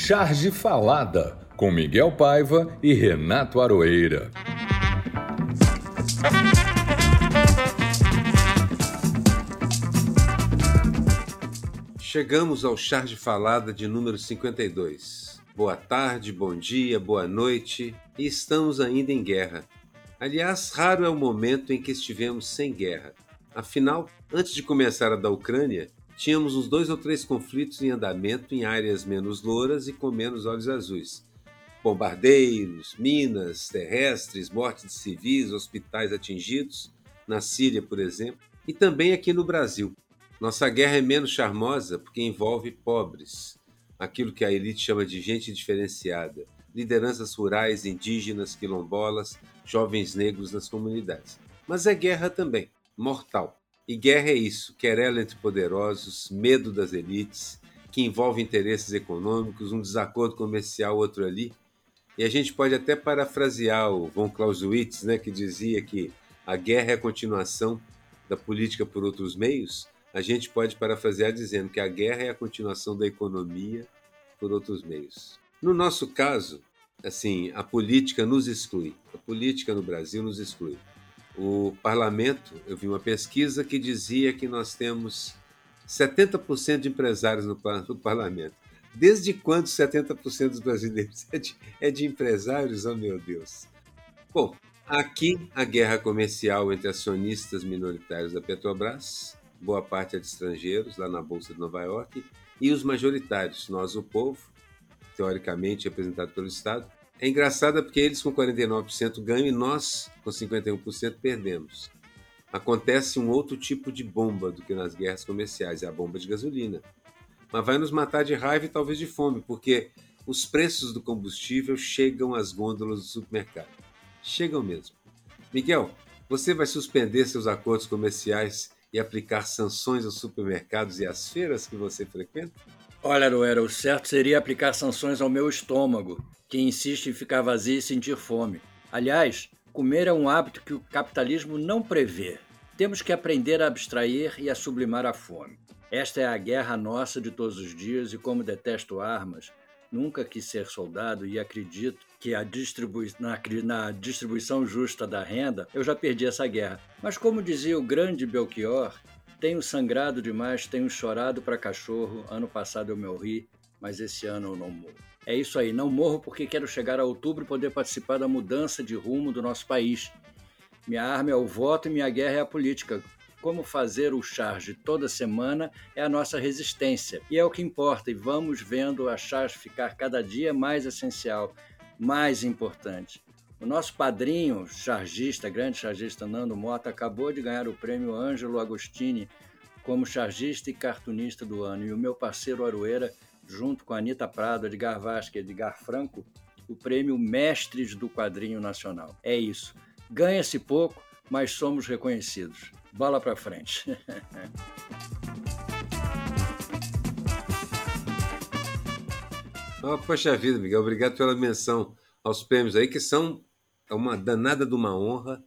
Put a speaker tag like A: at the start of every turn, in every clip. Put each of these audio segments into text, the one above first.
A: Charge Falada, com Miguel Paiva e Renato Aroeira.
B: Chegamos ao Charge Falada de número 52. Boa tarde, bom dia, boa noite, e estamos ainda em guerra. Aliás, raro é o momento em que estivemos sem guerra. Afinal, antes de começar a da Ucrânia, tínhamos uns 2 ou 3 conflitos em andamento em áreas menos louras e com menos olhos azuis. Bombardeios, minas terrestres, mortes de civis, hospitais atingidos, na Síria, por exemplo, e também aqui no Brasil. Nossa guerra é menos charmosa porque envolve pobres, aquilo que a elite chama de gente diferenciada, lideranças rurais, indígenas, quilombolas, jovens negros nas comunidades. Mas é guerra também, mortal. E guerra é isso, querela entre poderosos, medo das elites, que envolve interesses econômicos, um desacordo comercial, outro ali. E a gente pode até parafrasear o von Clausewitz, que dizia que a guerra é a continuação da política por outros meios. A gente pode parafrasear dizendo que a guerra é a continuação da economia por outros meios. No nosso caso, assim, a política nos exclui. A política no Brasil nos exclui. O parlamento, eu vi uma pesquisa que dizia que nós temos 70% de empresários no parlamento. Desde quando 70% dos brasileiros é de empresários? Oh, meu Deus! Bom, aqui a guerra comercial entre acionistas minoritários da Petrobras, boa parte é de estrangeiros, lá na Bolsa de Nova York, e os majoritários, nós, o povo, teoricamente representado pelo Estado. É engraçado porque eles com 49% ganham e nós com 51% perdemos. Acontece um outro tipo de bomba do que nas guerras comerciais, é a bomba de gasolina. Mas vai nos matar de raiva e talvez de fome, porque os preços do combustível chegam às gôndolas do supermercado. Chegam mesmo. Miguel, você vai suspender seus acordos comerciais e aplicar sanções aos supermercados e às feiras que você frequenta?
C: Olha, Aroeira, o certo seria aplicar sanções ao meu estômago, que insiste em ficar vazio e sentir fome. Aliás, comer é um hábito que o capitalismo não prevê. Temos que aprender a abstrair e a sublimar a fome. Esta é a guerra nossa de todos os dias e como detesto armas, nunca quis ser soldado e acredito que na distribuição justa da renda eu já perdi essa guerra. Mas como dizia o grande Belchior, tenho sangrado demais, tenho chorado para cachorro, ano passado eu morri, mas esse ano eu não morro. É isso aí, não morro porque quero chegar a outubro e poder participar da mudança de rumo do nosso país. Minha arma é o voto e minha guerra é a política. Como fazer o charge toda semana é a nossa resistência. E é o que importa, e vamos vendo a charge ficar cada dia mais essencial, mais importante. O nosso padrinho chargista, grande chargista Nando Mota, acabou de ganhar o prêmio Ângelo Agostini como chargista e cartunista do ano. E o meu parceiro Aroeira, junto com a Anita Prado, Edgar Vasque e Edgar Franco, o prêmio Mestres do Quadrinho Nacional. É isso. Ganha-se pouco, mas somos reconhecidos. Bola para frente.
B: Poxa vida, Miguel, obrigado pela menção aos prêmios aí, que são uma danada de uma honra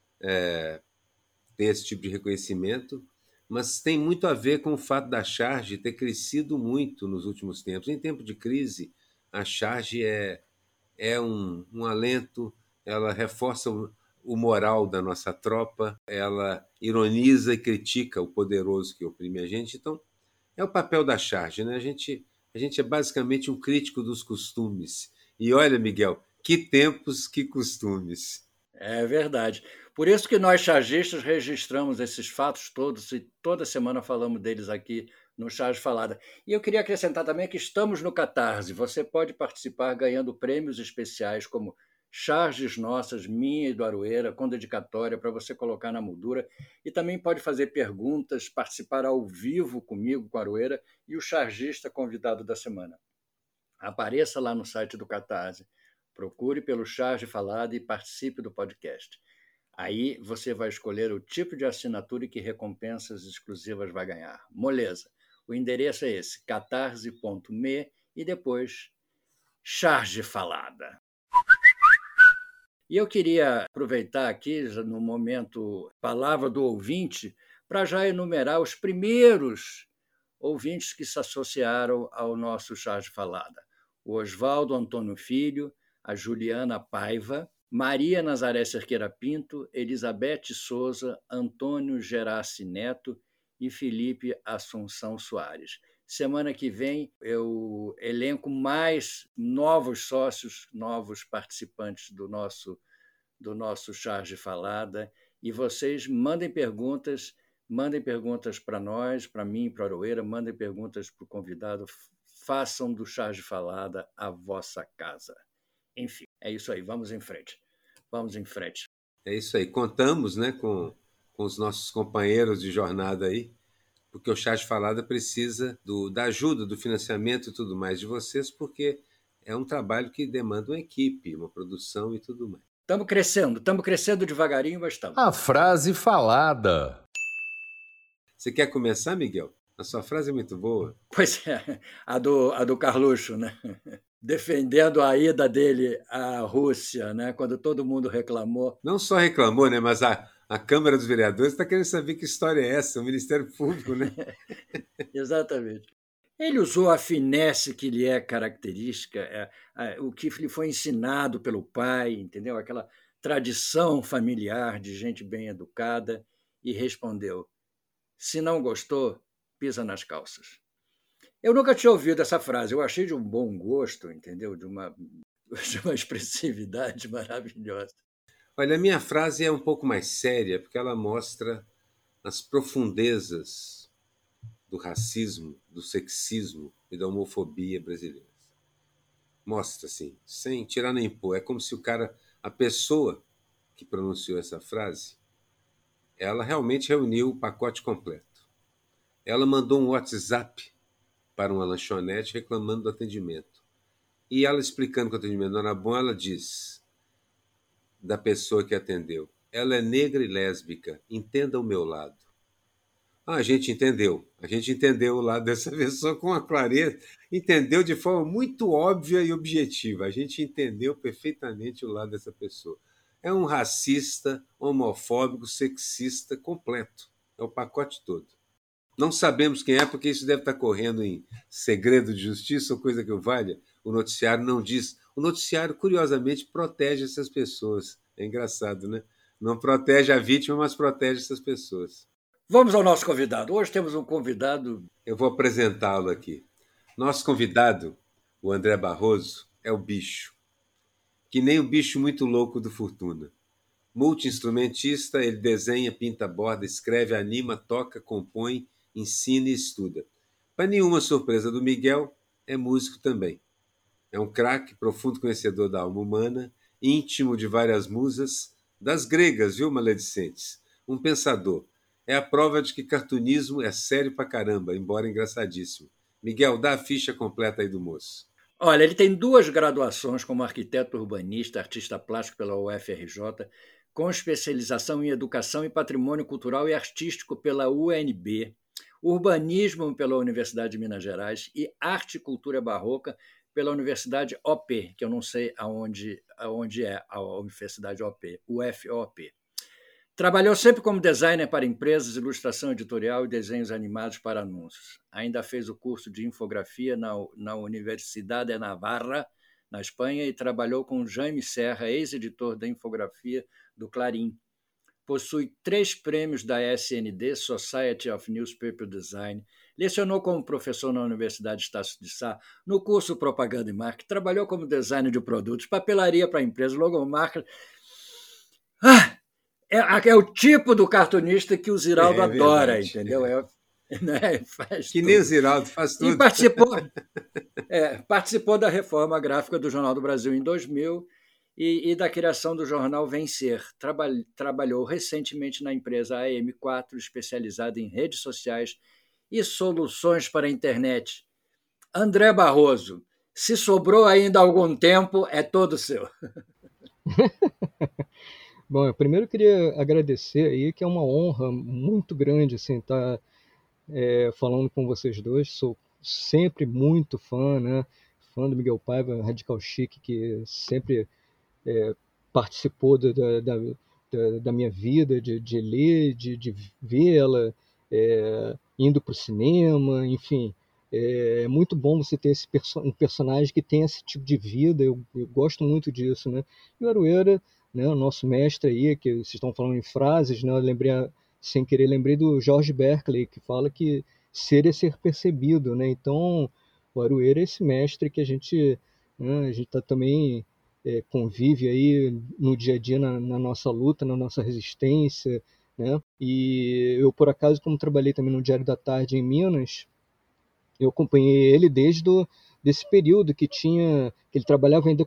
B: ter esse tipo de reconhecimento, mas tem muito a ver com o fato da charge ter crescido muito nos últimos tempos. Em tempo de crise, a charge é um alento, ela reforça o moral da nossa tropa, ela ironiza e critica o poderoso que oprime a gente. Então, é o papel da charge, né? A gente é basicamente um crítico dos costumes. E olha, Miguel, que tempos, que costumes.
C: É verdade. Por isso que nós chargistas registramos esses fatos todos e toda semana falamos deles aqui no Charge Falada. E eu queria acrescentar também que estamos no Catarse. Você pode participar ganhando prêmios especiais como charges nossas, minha e do Aroeira, com dedicatória para você colocar na moldura. E também pode fazer perguntas, participar ao vivo comigo, com o Aroeira, e o chargista convidado da semana. Apareça lá no site do Catarse. Procure pelo Charge Falada e participe do podcast. Aí você vai escolher o tipo de assinatura e que recompensas exclusivas vai ganhar. Moleza. O endereço é esse, catarse.me e depois Charge Falada. E eu queria aproveitar aqui, no momento Palavra do Ouvinte, para já enumerar os primeiros ouvintes que se associaram ao nosso Charge Falada. o Oswaldo Antônio Filho, a Juliana Paiva, Maria Nazaré Cerqueira Pinto, Elizabeth Souza, Antônio Gerassi Neto e Felipe Assunção Soares. Semana que vem eu elenco mais novos sócios, novos participantes do nosso Charge Falada, e vocês mandem perguntas para nós, para mim, para a Aroeira, mandem perguntas para o convidado, façam do Charge Falada a vossa casa. Enfim, é isso aí, vamos em frente.
B: É isso aí, contamos, né, com os nossos companheiros de jornada aí, porque o Charge Falada precisa da ajuda, do financiamento e tudo mais de vocês, porque é um trabalho que demanda uma equipe, uma produção e tudo mais.
C: Estamos crescendo devagarinho, mas estamos.
A: A frase falada.
B: Você quer começar, Miguel? A sua frase é muito boa.
C: Pois é, a do Carluxo, né? Defendendo a ida dele à Rússia, né? Quando todo mundo reclamou.
B: Não só reclamou, né? Mas a Câmara dos Vereadores está querendo saber que história é essa, o Ministério Público, né?
C: Exatamente. Ele usou a finesse que lhe é característica, o que lhe foi ensinado pelo pai, entendeu? Aquela tradição familiar de gente bem educada, e respondeu: se não gostou, pisa nas calças. Eu nunca tinha ouvido essa frase, eu achei de um bom gosto, entendeu? De uma expressividade maravilhosa.
B: Olha, a minha frase é um pouco mais séria, porque ela mostra as profundezas do racismo, do sexismo e da homofobia brasileiras. Mostra, assim, sem tirar nem pôr. É como se a pessoa que pronunciou essa frase, ela realmente reuniu o pacote completo. Ela mandou um WhatsApp para uma lanchonete reclamando do atendimento. E ela explicando que o atendimento não era bom, ela diz da pessoa que atendeu: ela é negra e lésbica, entenda o meu lado. A gente entendeu o lado dessa pessoa com uma clareza, entendeu de forma muito óbvia e objetiva. A gente entendeu perfeitamente o lado dessa pessoa. É um racista, homofóbico, sexista completo. É o pacote todo. Não sabemos quem é, porque isso deve estar correndo em segredo de justiça ou coisa que o valha. O noticiário não diz. O noticiário, curiosamente, protege essas pessoas. É engraçado, né? Não protege a vítima, mas protege essas pessoas.
C: Vamos ao nosso convidado. Hoje temos um convidado.
B: Eu vou apresentá-lo aqui. Nosso convidado, o André Barroso, é o bicho. Que nem o bicho muito louco do Fortuna. Multi-instrumentista, ele desenha, pinta, borda, escreve, anima, toca, compõe, ensina e estuda. Para nenhuma surpresa do Miguel, é músico também. É um craque, profundo conhecedor da alma humana, íntimo de várias musas, das gregas, viu, maledicentes? Um pensador. É a prova de que cartunismo é sério pra caramba, embora engraçadíssimo. Miguel, dá a ficha completa aí do moço.
C: Olha, ele tem 2 graduações como arquiteto urbanista, artista plástico pela UFRJ, com especialização em Educação e Patrimônio Cultural e Artístico pela UNB, Urbanismo pela Universidade de Minas Gerais e Arte e Cultura Barroca pela Universidade OP, que eu não sei aonde é a Universidade OP, UFOP. Trabalhou sempre como designer para empresas, ilustração editorial e desenhos animados para anúncios. Ainda fez o curso de infografia na Universidade de Navarra, na Espanha, e trabalhou com Jaime Serra, ex-editor da infografia do Clarim. Possui 3 prêmios da SND, Society of Newspaper Design. Lecionou como professor na Universidade Estácio de Sá, no curso Propaganda e Marketing. Trabalhou como designer de produtos, papelaria para empresas, logomarca. É o tipo do cartunista que o Ziraldo adora, verdade, entendeu?
B: Faz que tudo. Nem o Ziraldo faz tudo.
C: E participou da reforma gráfica do Jornal do Brasil em 2000 e da criação do jornal Vencer. Trabalhou recentemente na empresa AM4, especializada em redes sociais e soluções para a internet. André Barroso, se sobrou ainda algum tempo, é todo seu.
D: Bom, eu primeiro queria agradecer aí, que é uma honra muito grande assim, estar falando com vocês dois. Sou sempre muito fã, né? Fã do Miguel Paiva, Radical Chic, que sempre participou da minha vida, de ler, de vê-la, indo para o cinema, enfim. É muito bom você ter um personagem que tem esse tipo de vida, eu gosto muito disso, né? E o Aroeira, né, o nosso mestre aí, que vocês estão falando em frases, né? Eu lembrei, sem querer, lembrei do George Berkeley, que fala que ser é ser percebido, né? Então, o Aroeira é esse mestre que né, a gente tá também convive aí no dia a dia na nossa luta, na nossa resistência, né? E eu, por acaso, como trabalhei também no Diário da Tarde em Minas, eu acompanhei ele desde desse período que ele trabalhava ainda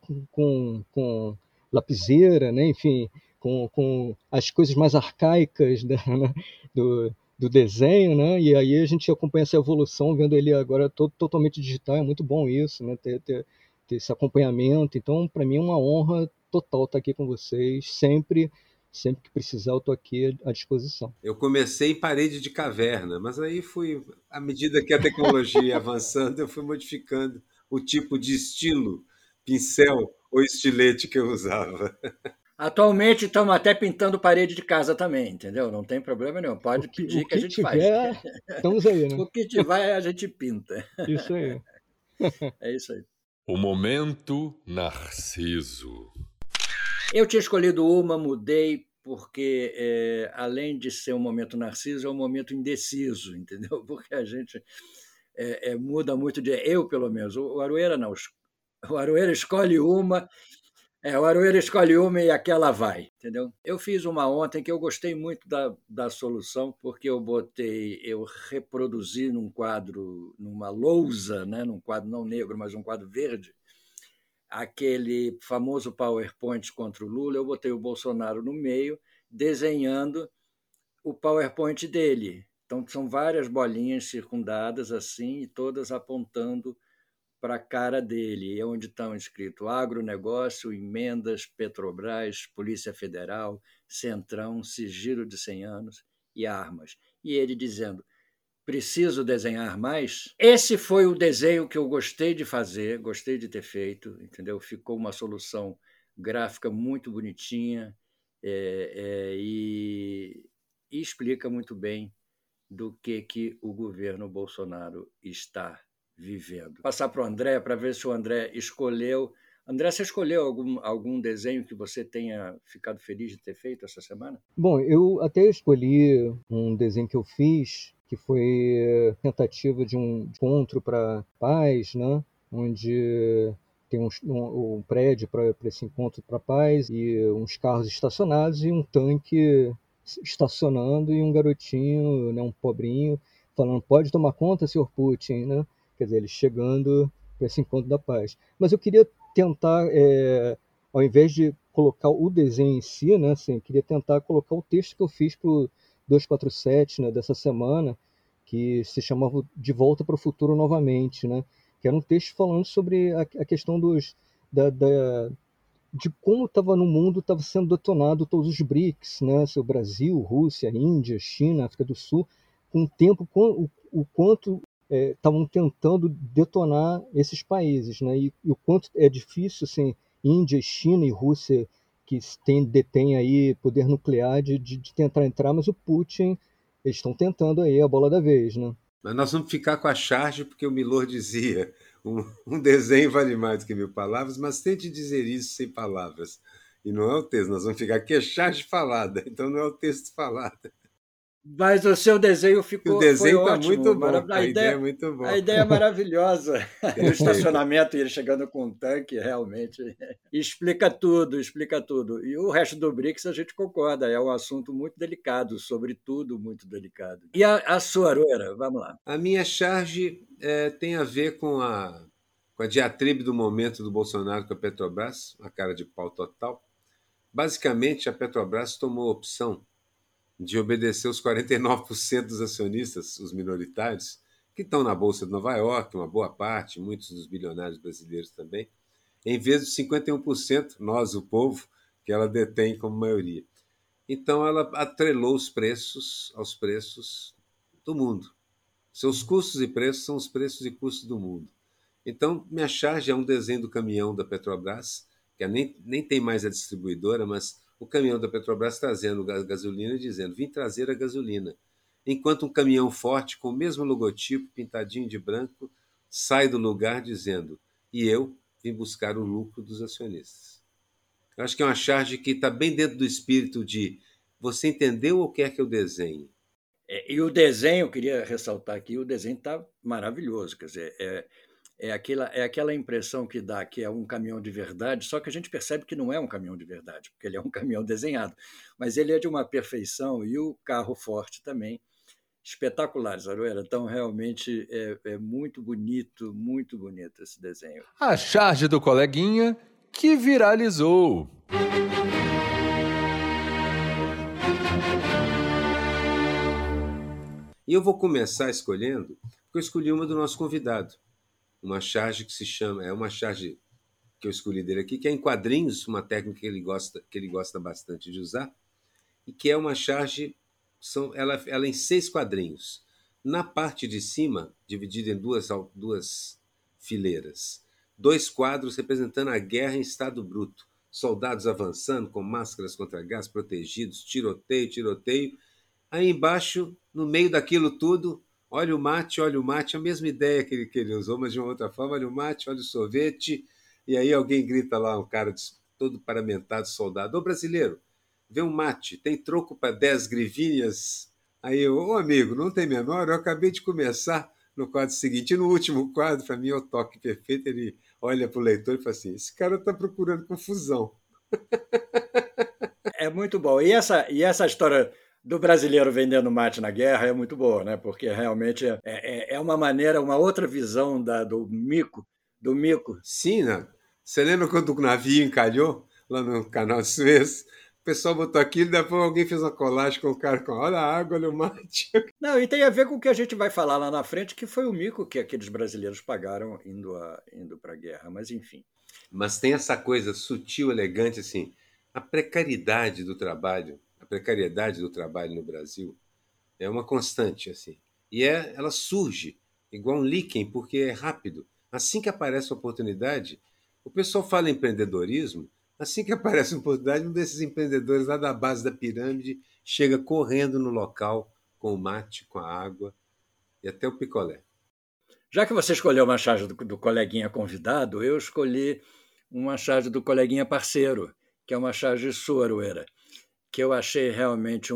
D: com lapiseira, né? Enfim, com as coisas mais arcaicas né? do desenho, né? E aí a gente acompanha essa evolução, vendo ele agora totalmente digital, é muito bom isso, né? Ter esse acompanhamento. Então, para mim é uma honra total estar aqui com vocês, sempre que precisar eu estou aqui à disposição.
B: Eu comecei em parede de caverna, mas aí à medida que a tecnologia ia avançando, eu fui modificando o tipo de estilo, pincel ou estilete que eu usava.
C: Atualmente estamos até pintando parede de casa também, entendeu? Não tem problema nenhum. Pode pedir que a gente faz.
D: Estamos aí, né?
C: O que tiver, a gente pinta.
D: Isso aí.
C: É isso aí.
A: O momento Narciso.
C: Eu tinha escolhido uma, mudei, porque além de ser um momento narciso, é um momento indeciso, entendeu? Porque a gente muda muito de... Eu, pelo menos. O Aroeira não. O Aroeira escolhe uma... o Aroeira escolhe uma e aquela vai, entendeu? Eu fiz uma ontem que eu gostei muito da solução, porque eu reproduzi num quadro, numa lousa, né? Num quadro não negro, mas um quadro verde, aquele famoso PowerPoint contra o Lula. Eu botei o Bolsonaro no meio, desenhando o PowerPoint dele. Então, são várias bolinhas circundadas assim, e todas apontando para a cara dele, onde estão escritos agronegócio, emendas, Petrobras, Polícia Federal, Centrão, sigilo de 100 anos e armas. E ele dizendo, preciso desenhar mais? Esse foi o desenho que eu gostei de fazer, gostei de ter feito, entendeu? Ficou uma solução gráfica muito bonitinha e explica muito bem do que o governo Bolsonaro está vivendo. Passar para o André, para ver se o André escolheu. André, você escolheu algum desenho que você tenha ficado feliz de ter feito essa semana?
D: Bom, eu até escolhi um desenho que eu fiz, que foi tentativa de um encontro para paz, né? Onde tem um prédio para esse encontro para paz e uns carros estacionados e um tanque estacionando e um garotinho, né, um pobrinho, falando, pode tomar conta, senhor Putin, né? Quer dizer, ele chegando para esse encontro da paz. Mas eu queria tentar, ao invés de colocar o desenho em si, né, assim, eu queria tentar colocar o texto que eu fiz para o 247, né, dessa semana, que se chamava De Volta para o Futuro Novamente, né, que era um texto falando sobre a questão de como estava no mundo, estava sendo detonado todos os BRICS, né, o Brasil, Rússia, Índia, China, África do Sul, com o tempo, o quanto estavam tentando detonar esses países, né? E o quanto é difícil, assim, Índia, China e Rússia, que detêm aí poder nuclear, de tentar entrar, mas o Putin, eles estão tentando aí a bola da vez, né?
B: Mas nós vamos ficar com a charge, porque o Milor dizia, um desenho vale mais do que 1000 palavras, mas tente dizer isso sem palavras. E não é o texto, nós vamos ficar aqui a charge falada, então não é o texto falado.
C: Mas o seu desenho
B: O desenho
C: foi
B: está
C: ótimo.
B: muito bom, a ideia é muito boa.
C: A ideia é maravilhosa. O estacionamento e ele chegando com um tanque, realmente, explica tudo, explica tudo. E o resto do BRICS a gente concorda, é um assunto muito delicado, sobretudo muito delicado. E a sua, Aroeira, vamos lá.
B: A minha charge tem a ver com a diatribe do momento do Bolsonaro com a Petrobras, a cara de pau total. Basicamente, a Petrobras tomou a opção de obedecer os 49% dos acionistas, os minoritários, que estão na Bolsa de Nova York, uma boa parte, muitos dos bilionários brasileiros também, em vez dos 51%, nós, o povo, que ela detém como maioria. Então, ela atrelou os preços aos preços do mundo. Seus custos e preços são os preços e custos do mundo. Então, minha charge é um desenho do caminhão da Petrobras, que nem tem mais a distribuidora, mas o caminhão da Petrobras trazendo gasolina e dizendo, vim trazer a gasolina. enquanto um caminhão forte com o mesmo logotipo pintadinho de branco sai do lugar dizendo: e eu vim buscar o lucro dos acionistas. Eu acho que é uma charge que está bem dentro do espírito de você entendeu ou quer que eu desenhe?
C: E o desenho, eu queria ressaltar aqui, o desenho está maravilhoso, quer dizer, é aquela impressão que dá que é um caminhão de verdade, só que a gente percebe que não é um caminhão de verdade, porque ele é um caminhão desenhado, mas ele é de uma perfeição, e o carro forte também, espetaculares, Aroeira. Então, realmente, é muito bonito esse desenho.
A: A charge do coleguinha que viralizou.
B: E eu vou começar escolhendo, porque eu escolhi uma do nosso convidado. Uma charge que se chama, é uma charge que eu escolhi dele aqui, que é em quadrinhos, uma técnica que ele gosta bastante de usar, e que é uma charge, ela em 6 quadrinhos. Na parte de cima, dividida em duas fileiras, 2 quadros representando a guerra em estado bruto, soldados avançando com máscaras contra gás protegidos, tiroteio. Aí embaixo, no meio daquilo tudo, olha o mate, a mesma ideia que ele usou, mas de uma outra forma, olha o mate, olha o sorvete, e aí alguém grita lá, um cara todo paramentado, soldado: ô brasileiro, vê um mate, tem troco para 10 grivinhas? Aí ô amigo, não tem menor, eu acabei de começar no quadro seguinte, e no último quadro, para mim é o toque perfeito, ele olha para o leitor e fala assim: esse cara está procurando confusão.
C: É muito bom. E essa história do brasileiro vendendo mate na guerra é muito boa, né? Porque realmente é uma maneira, uma outra visão do mico.
B: Sim, né? Você lembra quando o navio encalhou lá no canal de Suez? O pessoal botou aquilo, depois alguém fez uma colagem com o cara com olha a água, olha o mate.
C: Não, e tem a ver com o que a gente vai falar lá na frente, que foi o mico que aqueles brasileiros pagaram indo para a guerra, mas enfim.
B: Mas tem essa coisa sutil, elegante, assim, a precariedade do trabalho no Brasil é uma constante, assim. E ela surge igual um líquen, porque é rápido. Assim que aparece a oportunidade, o pessoal fala em empreendedorismo, assim que aparece uma oportunidade, um desses empreendedores lá da base da pirâmide chega correndo no local com o mate, com a água e até o picolé.
C: Já que você escolheu uma charge do coleguinha convidado, eu escolhi uma charge do coleguinha parceiro, que é uma charge sua, Aroeira, que eu achei realmente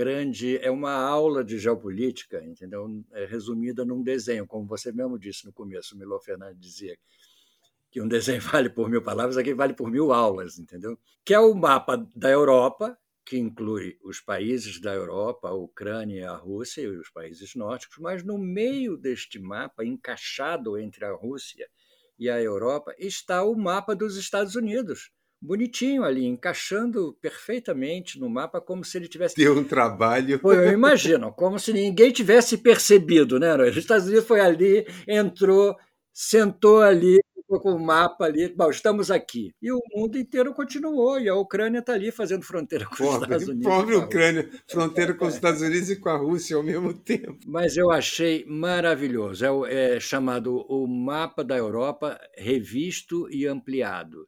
C: é uma aula de geopolítica, entendeu? Resumida num desenho, como você mesmo disse no começo, o Milor Fernandes dizia que um desenho vale por 1000 palavras, aqui vale por 1000 aulas, entendeu? Que é o mapa da Europa, que inclui os países da Europa, a Ucrânia, a Rússia e os países nórdicos, mas no meio deste mapa, encaixado entre a Rússia e a Europa, está o mapa dos Estados Unidos, bonitinho ali, encaixando perfeitamente no mapa, como se ele tivesse...
B: Deu um trabalho.
C: Pô, eu imagino, como se ninguém tivesse percebido, né? Os Estados Unidos foi ali, entrou, sentou ali, com o mapa ali, bom, estamos aqui. E o mundo inteiro continuou, e a Ucrânia está ali fazendo fronteira com os Estados Unidos.
B: Pobre Ucrânia, fronteira com os Estados Unidos e com a Rússia ao mesmo tempo.
C: Mas eu achei maravilhoso. É chamado o Mapa da Europa Revisto e Ampliado.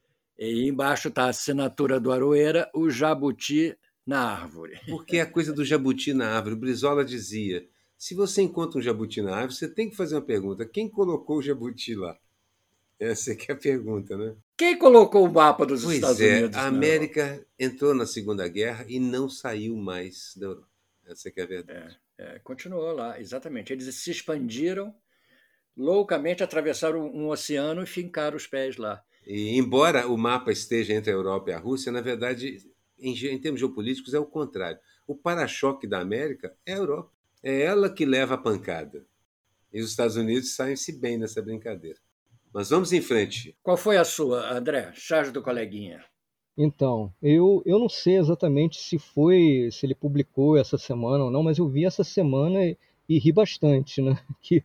C: E embaixo está a assinatura do Aroeira, o jabuti na árvore.
B: Porque é a coisa do jabuti na árvore. O Brizola dizia, se você encontra um jabuti na árvore, você tem que fazer uma pergunta: quem colocou o jabuti lá? Essa é a pergunta, né?
C: Quem colocou o mapa dos Estados Unidos?
B: A América entrou na Segunda Guerra e não saiu mais da Europa. Essa é a verdade.
C: Continuou lá, exatamente. Eles se expandiram loucamente, atravessaram um oceano e fincaram os pés lá.
B: E embora o mapa esteja entre a Europa e a Rússia, na verdade, em termos geopolíticos, é o contrário. O para-choque da América é a Europa. É ela que leva a pancada. E os Estados Unidos saem-se bem nessa brincadeira. Mas vamos em frente.
C: Qual foi a sua, André? Charge do coleguinha.
D: Então, eu não sei exatamente se ele publicou essa semana ou não, mas eu vi essa semana e ri bastante, né?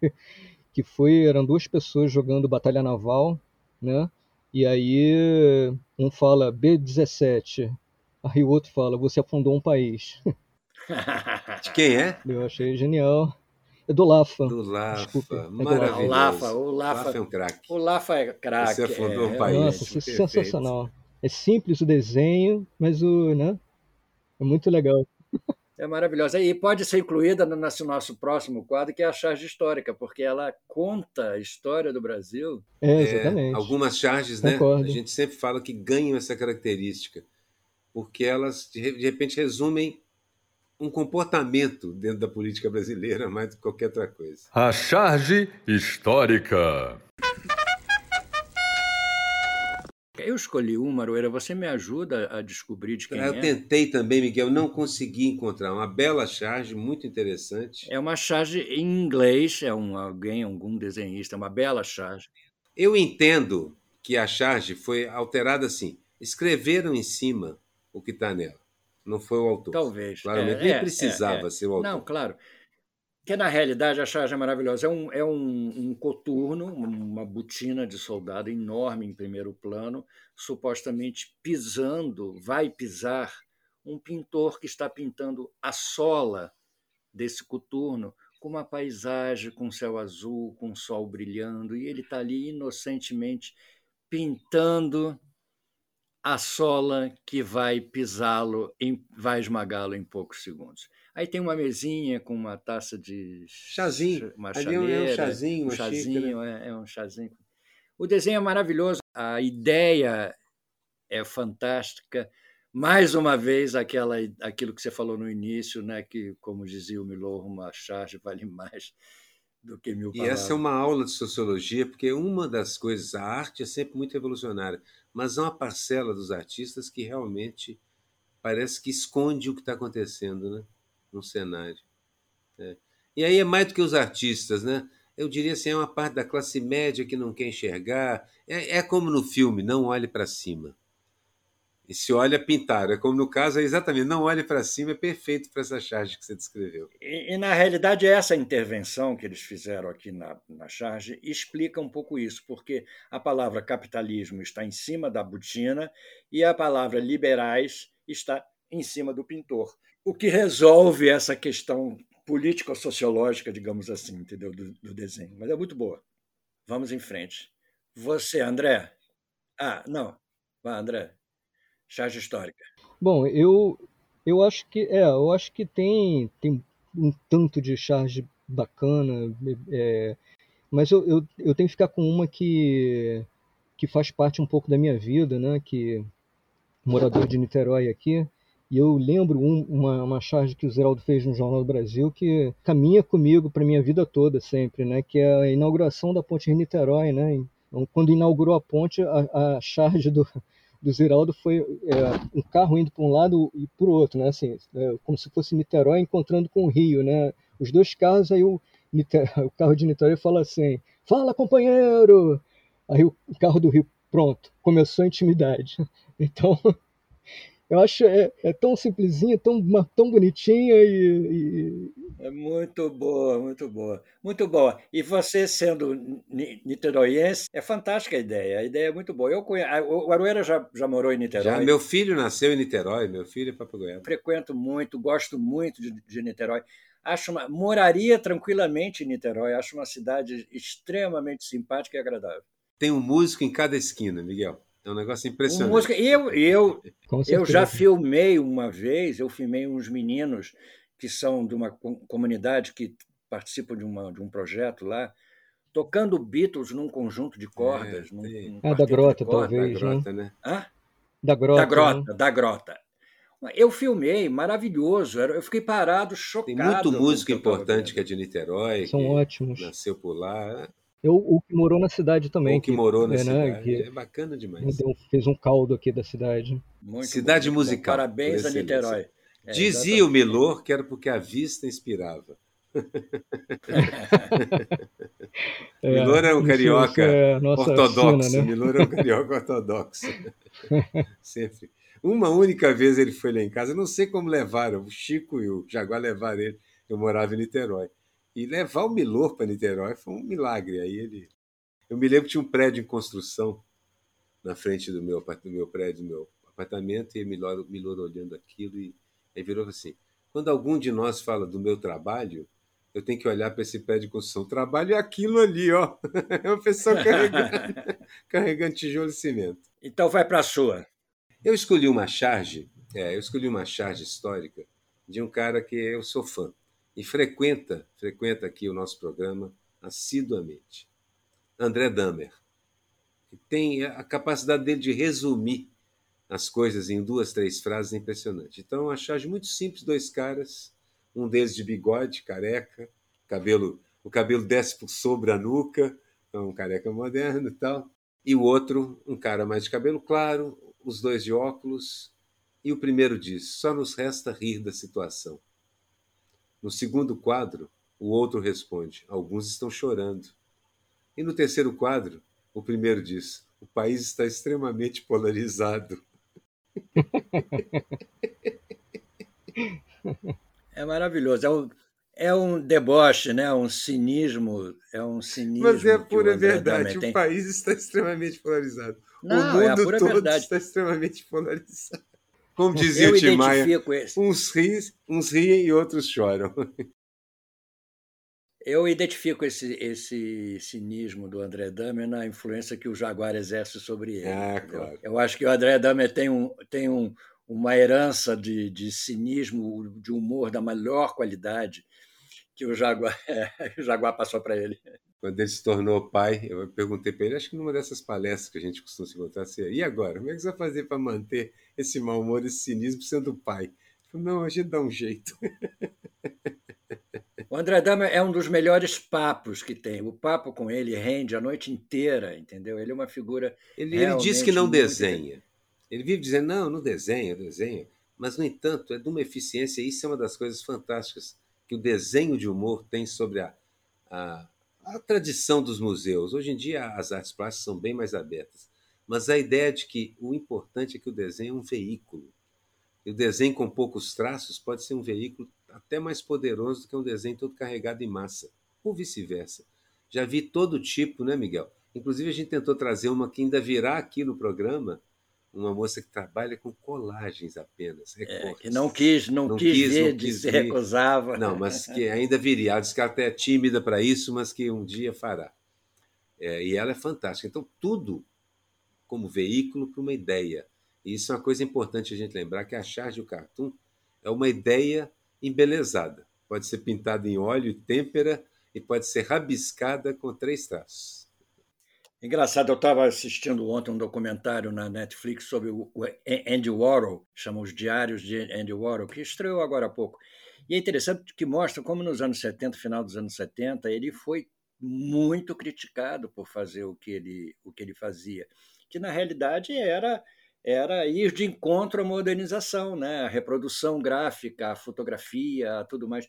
D: Eram 2 pessoas jogando Batalha Naval, né? E aí um fala B-17, aí o outro fala, você afundou um país.
B: De quem é?
D: Eu achei genial. É do Lafa.
B: Do Lafa,
D: desculpa.
B: maravilhoso.
C: O Lafa
B: é um craque.
C: O Lafa é craque.
B: Você afundou um país.
D: Nossa, isso é sensacional. É simples o desenho, mas né? É muito legal.
C: É maravilhosa. E pode ser incluída no nosso próximo quadro, que é a charge histórica, porque ela conta a história do Brasil.
D: Exatamente.
B: Algumas charges, né? A
D: Concordo.
B: gente sempre fala que ganham essa característica, porque elas, de repente, resumem um comportamento dentro da política brasileira mais do que qualquer outra coisa.
A: A charge histórica.
C: Eu escolhi uma, Aroeira, você me ajuda a descobrir de quem
B: Eu
C: é?
B: tentei também, Miguel, não consegui encontrar uma bela charge, muito interessante.
C: É uma charge em inglês, algum desenhista, uma bela charge.
B: Eu entendo que a charge foi alterada assim. Escreveram em cima o que está nela. Não foi o autor.
C: Talvez.
B: Claramente, nem precisava ser o autor.
C: Não, claro. Que na realidade a charge é maravilhosa. É um coturno, uma botina de soldado enorme em primeiro plano, supostamente vai pisar um pintor que está pintando a sola desse coturno com uma paisagem, com céu azul, com sol brilhando, e ele está ali inocentemente pintando a sola que vai pisá-lo, vai esmagá-lo em poucos segundos. Aí tem uma mesinha com uma taça de
B: chazinho.
C: Uma
B: Ali
C: chaleira,
B: é um chazinho, uma
C: chazinho,
B: xícara.
C: é um chazinho. O desenho é maravilhoso, a ideia é fantástica. Mais uma vez, aquilo que você falou no início, né, que, como dizia o Milor, uma charge vale mais do que 1000 palavras.
B: E essa é uma aula de sociologia, porque uma das coisas, a arte é sempre muito revolucionária, mas há uma parcela dos artistas que realmente parece que esconde o que está acontecendo, né, no cenário. E aí é mais do que os artistas, né? Eu diria assim, é uma parte da classe média que não quer enxergar. É como no filme, não olhe para cima. E se olha, pintar. É como no caso, é exatamente, não olhe para cima, é perfeito para essa charge que você descreveu.
C: E, na realidade, essa intervenção que eles fizeram aqui na charge explica um pouco isso, porque a palavra capitalismo está em cima da botina e a palavra liberais está em cima do pintor, o que resolve essa questão político-sociológica, digamos assim, entendeu, do desenho. Mas é muito boa. Vamos em frente. Você, André? Não. Vai, André. Charge histórica.
D: Bom, eu acho que tem um tanto de charge bacana, mas eu tenho que ficar com uma que faz parte um pouco da minha vida, né? Que morador de Niterói aqui, e eu lembro uma charge que o Zeraldo fez no Jornal do Brasil que caminha comigo para minha vida toda sempre, né? Que é a inauguração da ponte de Niterói, né? Então, quando inaugurou a ponte, a charge do Ziraldo foi um carro indo para um lado e para o outro, né? Assim, como se fosse Niterói encontrando com o Rio, né? Os dois carros, aí o carro de Niterói fala assim: fala, companheiro! Aí o carro do Rio, pronto, começou a intimidade. Então, eu acho tão simplesinha, tão bonitinha e...
C: É muito boa, muito boa. Muito boa. E você sendo niteroiense, é fantástica a ideia é muito boa. O Aroeira já morou em Niterói?
B: Já, meu filho nasceu em Niterói, meu filho é papagoiano.
C: Frequento muito, gosto muito de Niterói. Moraria tranquilamente em Niterói, acho uma cidade extremamente simpática e agradável.
B: Tem um músico em cada esquina, Miguel. É um negócio impressionante.
C: Música. Eu já filmei uma vez, eu filmei uns meninos que são de uma comunidade que participam de um projeto lá, tocando Beatles num conjunto de cordas.
D: Da Grota, talvez.
B: Da Grota, né?
C: Hã?
D: Da Grota.
C: Da Grota. Eu filmei, maravilhoso. Eu fiquei parado, chocado.
B: Tem muito músico importante que é de Niterói.
D: São ótimos.
B: Nasceu por lá.
D: O que morou na cidade também.
B: O que morou na cidade. É bacana demais.
D: Fez um caldo aqui da cidade.
B: Muito cidade muito musical.
C: Parabéns a Niterói.
B: Dizia o Milor que era porque a vista inspirava. Milor é um carioca ortodoxo. Sina, né? Milor é um carioca ortodoxo. Sempre. Uma única vez ele foi lá em casa, não sei como levaram, o Chico e o Jaguar levaram ele. Eu morava em Niterói. E levar o Milor para Niterói foi um milagre. Aí eu me lembro que tinha um prédio em construção na frente do meu prédio, do meu apartamento, e o Milor olhando aquilo, e aí virou assim: quando algum de nós fala do meu trabalho, eu tenho que olhar para esse prédio de construção. O trabalho é aquilo ali, ó. É uma pessoa carregando tijolo e cimento.
C: Então vai para a sua.
B: Eu escolhi uma charge histórica de um cara que eu sou fã e frequenta aqui o nosso programa assiduamente. André Dahmer, que tem a capacidade dele de resumir as coisas em 2, 3 frases impressionante. Então, uma charge muito simples, 2 caras, um deles de bigode, careca, o cabelo desce por sobre a nuca, então um careca moderno e tal, e o outro, um cara mais de cabelo claro, os dois de óculos, e o primeiro diz: só nos resta rir da situação. No segundo quadro, o outro responde: alguns estão chorando. E no terceiro quadro, o primeiro diz: o país está extremamente polarizado.
C: É maravilhoso. É um deboche, né? Um cinismo. É um
B: Mas é a
C: cinismo que o
B: pura
C: André Dahmer
B: verdade, o
C: tem.
B: país está extremamente polarizado. O
C: Não, é a
B: mundo
C: pura
B: todo
C: verdade.
B: está extremamente polarizado. Como dizia
C: Eu
B: Tim Maia,
C: identifico esse.
B: uns riem e outros choram.
C: Eu identifico esse cinismo do André Dahmer na influência que o Jaguar exerce sobre ele.
B: Ah,
C: Entendeu?
B: claro.
C: Eu acho que o André Dahmer tem uma herança de cinismo, de humor da melhor qualidade que o Jaguar passou para ele.
B: Quando ele se tornou pai, eu perguntei para ele, acho que numa dessas palestras que a gente costuma se encontrar, assim, e agora? Como é que você vai fazer para manter esse mau humor, esse cinismo sendo pai? Ele falou: não, a gente dá um jeito.
C: O André Dahmer é um dos melhores papos que tem. O papo com ele rende a noite inteira, entendeu? Ele é uma figura
B: Ele diz que
C: realmente
B: não
C: muito...
B: desenha. Ele vive dizendo: não desenha, desenha. Mas, no entanto, é de uma eficiência, e isso é uma das coisas fantásticas que o desenho de humor tem sobre a, a tradição dos museus. Hoje em dia, as artes plásticas são bem mais abertas. Mas a ideia de que o importante é que o desenho é um veículo. E o desenho com poucos traços pode ser um veículo até mais poderoso do que um desenho todo carregado em massa, ou vice-versa. Já vi todo tipo, né, Miguel? Inclusive, a gente tentou trazer uma que ainda virá aqui no programa, uma moça que trabalha com colagens apenas,
C: que
B: recortes.
C: não
B: Não
C: quis
B: quis, não
C: ver,
B: quis
C: se
B: vir.
C: recusava.
B: Não, mas que ainda viria. Ela diz que ela até é tímida para isso, mas que um dia fará. E ela é fantástica. Então, tudo como veículo para uma ideia. E isso é uma coisa importante a gente lembrar, que a charge do cartoon é uma ideia embelezada. Pode ser pintada em óleo e têmpera e pode ser rabiscada com 3 traços.
C: Engraçado, eu estava assistindo ontem um documentário na Netflix sobre o Andy Warhol, chama Os Diários de Andy Warhol, que estreou agora há pouco. E é interessante que mostra como nos anos 70, final dos anos 70, ele foi muito criticado por fazer o que ele fazia, que na realidade era ir de encontro à modernização, né? A reprodução gráfica, a fotografia, tudo mais.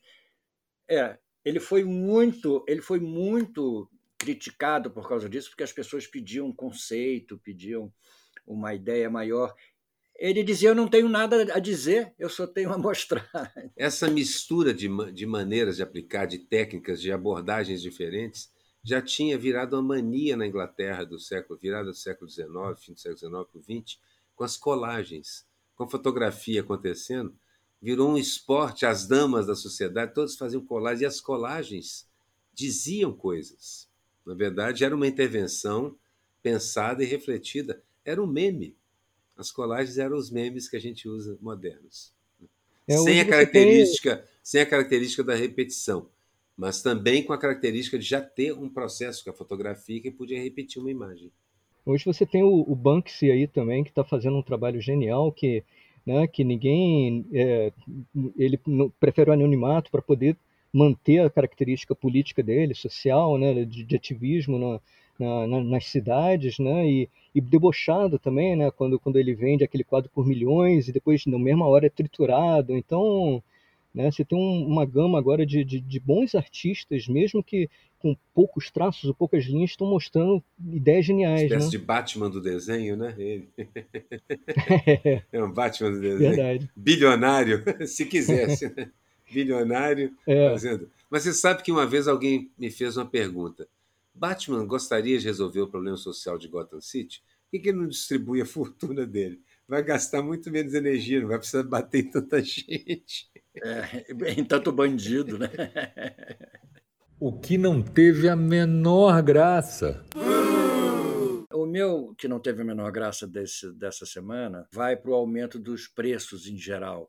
C: Ele foi muito criticado por causa disso, porque as pessoas pediam um conceito, pediam uma ideia maior. Ele dizia: eu não tenho nada a dizer, eu só tenho a mostrar.
B: Essa mistura de maneiras de aplicar, de técnicas, de abordagens diferentes, já tinha virado uma mania na Inglaterra virada do século XIX, fim do século XIX para o XX, com as colagens, com a fotografia acontecendo, virou um esporte. As damas da sociedade todas faziam colagens, e as colagens diziam coisas. Na verdade, era uma intervenção pensada e refletida. Era um meme. As colagens eram os memes que a gente usa modernos.
D: Hoje você tem
B: Sem a característica da repetição, mas também com a característica de já ter um processo com a fotografia que podia repetir uma imagem.
D: Hoje você tem o Banksy aí também, que está fazendo um trabalho genial, né, que ninguém... ele prefere o anonimato para poder manter a característica política dele, social, né, de ativismo nas cidades, né, e debochado também, né, quando ele vende aquele quadro por milhões e depois, na mesma hora, é triturado. Então, né, você tem uma gama agora de bons artistas, mesmo que com poucos traços ou poucas linhas, estão mostrando ideias geniais,
B: Espécie
D: né?
B: de Batman do desenho, né? Ele.
D: É,
B: É um Batman do desenho.
D: verdade.
B: Bilionário, se quisesse, né? Bilionário
D: É,
B: fazendo. Mas você sabe que uma vez alguém me fez uma pergunta. Batman gostaria de resolver o problema social de Gotham City? Por que ele não distribui a fortuna dele? Vai gastar muito menos energia, não vai precisar bater em tanta gente.
C: Em tanto bandido, né?
A: O que não teve a menor graça.
C: O meu, que não teve a menor graça dessa semana, vai para o aumento dos preços em geral.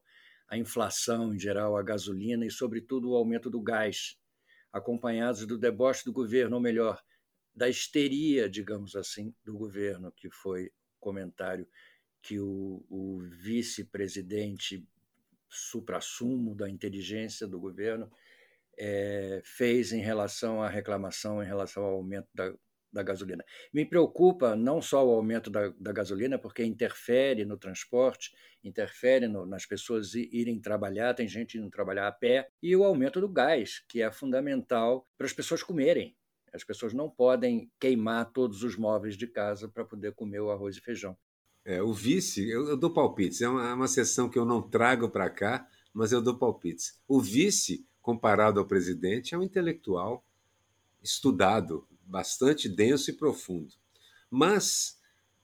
C: a inflação em geral, a gasolina e, sobretudo, o aumento do gás, acompanhados do deboche do governo, ou melhor, da histeria, digamos assim, do governo, que foi o comentário que o vice-presidente suprassumo da inteligência do governo fez em relação à reclamação, em relação ao aumento da gasolina. Me preocupa não só o aumento da gasolina, porque interfere no transporte, interfere nas pessoas irem trabalhar, tem gente indo trabalhar a pé, e o aumento do gás, que é fundamental para as pessoas comerem. As pessoas não podem queimar todos os móveis de casa para poder comer o arroz e feijão.
B: O vice, eu dou palpites, é uma sessão que eu não trago para cá, mas eu dou palpites. O vice, comparado ao presidente, é um intelectual estudado, bastante denso e profundo. Mas,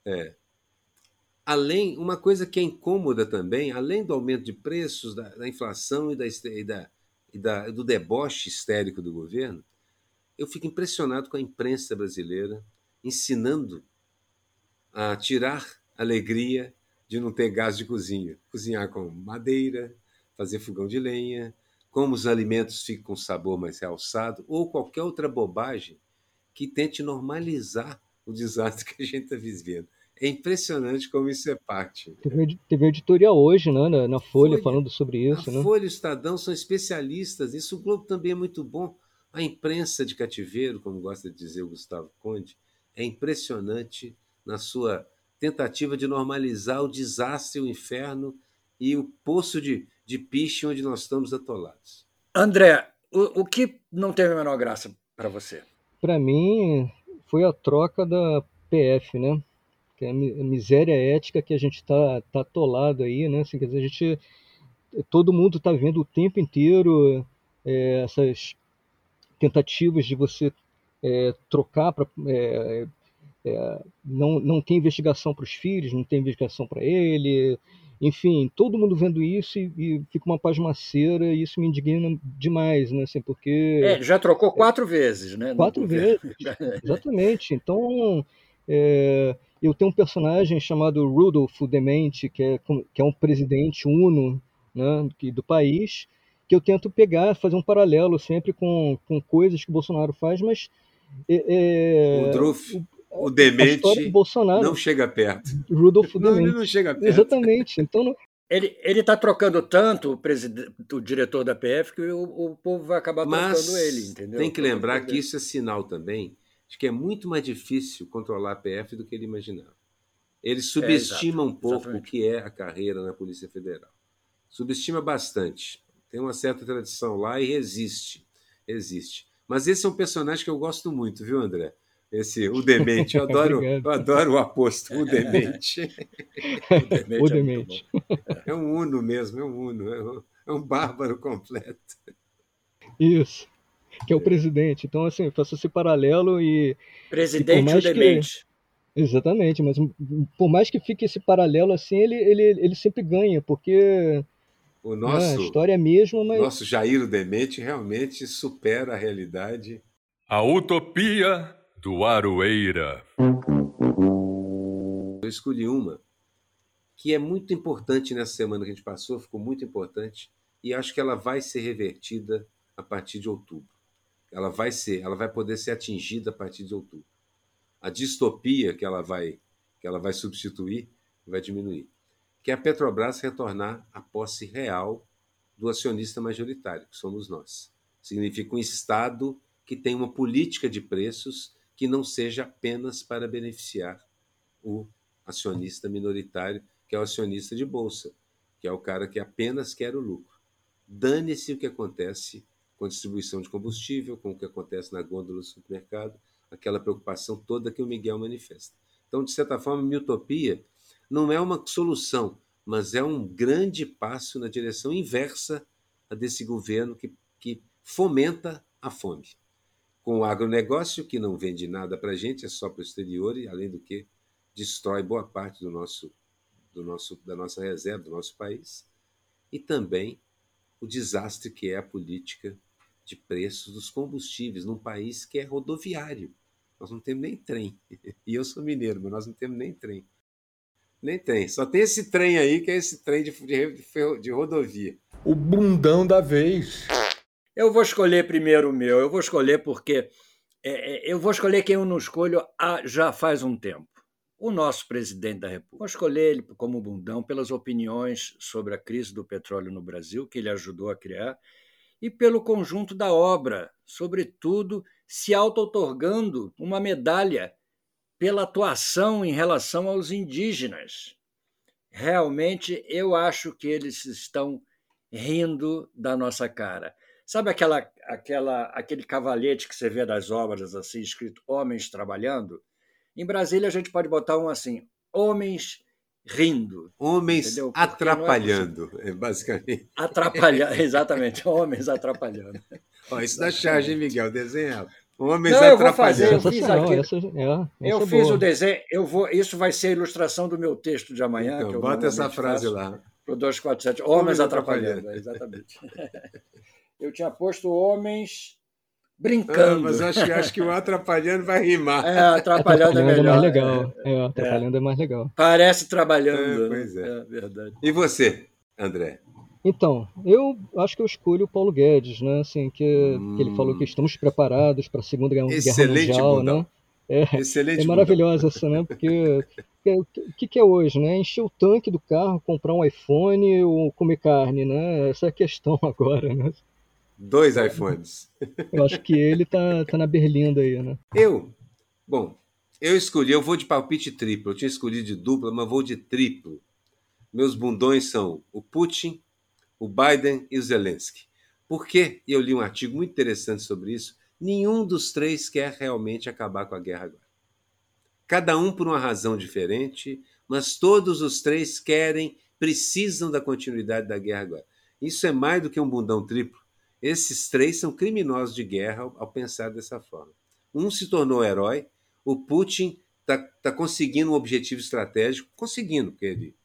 B: uma coisa que é incômoda também, além do aumento de preços, da inflação do deboche histérico do governo, eu fico impressionado com a imprensa brasileira ensinando a tirar alegria de não ter gás de cozinha. Cozinhar com madeira, fazer fogão de lenha, como os alimentos ficam com sabor mais realçado, ou qualquer outra bobagem que tente normalizar o desastre que a gente está vivendo. É impressionante como isso é parte.
D: Teve um editorial hoje, né, na Folha, falando sobre isso.
B: A Folha e o Estadão são especialistas. Isso, o Globo também é muito bom. A imprensa de cativeiro, como gosta de dizer o Gustavo Conde, é impressionante na sua tentativa de normalizar o desastre, o inferno e o poço de piche onde nós estamos atolados.
C: André, o que não teve a menor graça para você?
D: Para mim, foi a troca da PF, né? Que é a miséria ética que a gente está atolado aí, né? Assim, quer dizer, todo mundo está vendo o tempo inteiro essas tentativas de você trocar para não tem investigação para os filhos, não tem investigação para ele, enfim, todo mundo vendo isso e fica uma pasmaceira, e isso me indigna demais, né? Assim, porque
C: já trocou 4 vezes, né?
D: 4 vezes, exatamente. Então, eu tenho um personagem chamado Rudolf o Demente, que é um presidente uno, né, do país, que eu tento pegar, fazer um paralelo sempre com coisas que o Bolsonaro faz, mas
B: o Demente
D: Bolsonaro,
B: não chega perto.
D: Rudolf o Demente.
B: Ele não chega perto.
D: Exatamente. Então,
C: ele está trocando tanto o diretor da PF que o povo vai acabar trocando ele, entendeu?
B: Tem que lembrar que isso é sinal também de que é muito mais difícil controlar a PF do que ele imaginava. Ele subestima um pouco o que é a carreira na Polícia Federal. Subestima bastante. Tem uma certa tradição lá e resiste. Mas esse é um personagem que eu gosto muito, viu, André? O Demente. Eu adoro o aposto, o Demente.
D: O Demente.
B: É um uno mesmo, é um uno. É um bárbaro completo.
D: Isso. Que é o presidente. Então, assim, eu faço esse paralelo e...
C: Presidente o Demente.
D: Exatamente, mas por mais que fique esse paralelo assim, ele sempre ganha, porque a história é a mesma, mas...
B: Nosso Jair o Demente realmente supera a realidade.
A: A utopia do Aroeira.
B: Eu escolhi uma que é muito importante nessa semana que a gente passou, ficou muito importante, e acho que ela vai ser revertida a partir de outubro. Ela vai poder ser atingida a partir de outubro. A distopia que ela vai substituir vai diminuir. Que é a Petrobras retornar à posse real do acionista majoritário, que somos nós. Significa um Estado que tem uma política de preços que não seja apenas para beneficiar o acionista minoritário, que é o acionista de bolsa, que é o cara que apenas quer o lucro. Dane-se o que acontece com a distribuição de combustível, com o que acontece na gôndola do supermercado, aquela preocupação toda que o Miguel manifesta. Então, de certa forma, minha utopia não é uma solução, mas é um grande passo na direção inversa a desse governo que fomenta a fome. Com o agronegócio, que não vende nada para a gente, é só para o exterior, e, além do que, destrói boa parte da nossa reserva, do nosso país, e também o desastre que é a política de preços dos combustíveis num país que é rodoviário. Nós não temos nem trem. E eu sou mineiro, mas nós não temos nem trem. Nem tem. Só tem esse trem aí, que é esse trem de rodovia.
A: O bundão da vez.
C: Eu vou escolher primeiro o meu. Eu vou escolher porque... eu vou escolher quem eu não escolho já faz um tempo. O nosso presidente da República. Vou escolher ele como bundão pelas opiniões sobre a crise do petróleo no Brasil, que ele ajudou a criar, e pelo conjunto da obra, sobretudo se auto-outorgando uma medalha pela atuação em relação aos indígenas. Realmente, eu acho que eles estão rindo da nossa cara. Sabe aquele cavalete que você vê das obras assim, escrito Homens Trabalhando? Em Brasília, a gente pode botar um assim, Homens Rindo.
B: Homens atrapalhando, basicamente.
C: Atrapalhando, exatamente, homens atrapalhando.
B: Isso dá charge, hein, Miguel? Desenha. Homens
C: Não,
B: atrapalhando.
C: Eu vou fazer, eu fiz aqui.
D: Eu
C: fiz o desenho, isso vai ser a ilustração do meu texto de amanhã.
B: Então,
C: que eu
B: bota essa frase lá.
C: Para o 247, Homens Atrapalhando. Exatamente. Eu tinha posto homens brincando.
B: Mas acho que o atrapalhando vai rimar.
C: Atrapalhando é melhor.
D: Mais legal. Atrapalhando é mais legal.
C: Parece trabalhando.
B: Pois é.
C: É verdade.
B: E você, André?
D: Então, eu acho que eu escolho o Paulo Guedes, né? Assim, que ele falou que estamos preparados para a Segunda Guerra Mundial,
B: bundão.
D: né?
B: Excelente.
D: É maravilhosa essa, né? Porque o que é hoje, né? Encher o tanque do carro, comprar um iPhone ou comer carne, né? Essa é a questão agora, né?
B: 2 iPhones.
D: Eu acho que ele tá na berlinda aí, né?
B: Eu escolhi, eu vou de palpite triplo. Eu tinha escolhido de dupla, mas vou de triplo. Meus bundões são o Putin, o Biden e o Zelensky. Por quê? Eu li um artigo muito interessante sobre isso. Nenhum dos 3 quer realmente acabar com a guerra agora. Cada um por uma razão diferente, mas todos os 3 precisam da continuidade da guerra agora. Isso é mais do que um bundão triplo. Esses 3 são criminosos de guerra ao pensar dessa forma. Um se tornou herói, o Putin está conseguindo um objetivo estratégico, porque ele...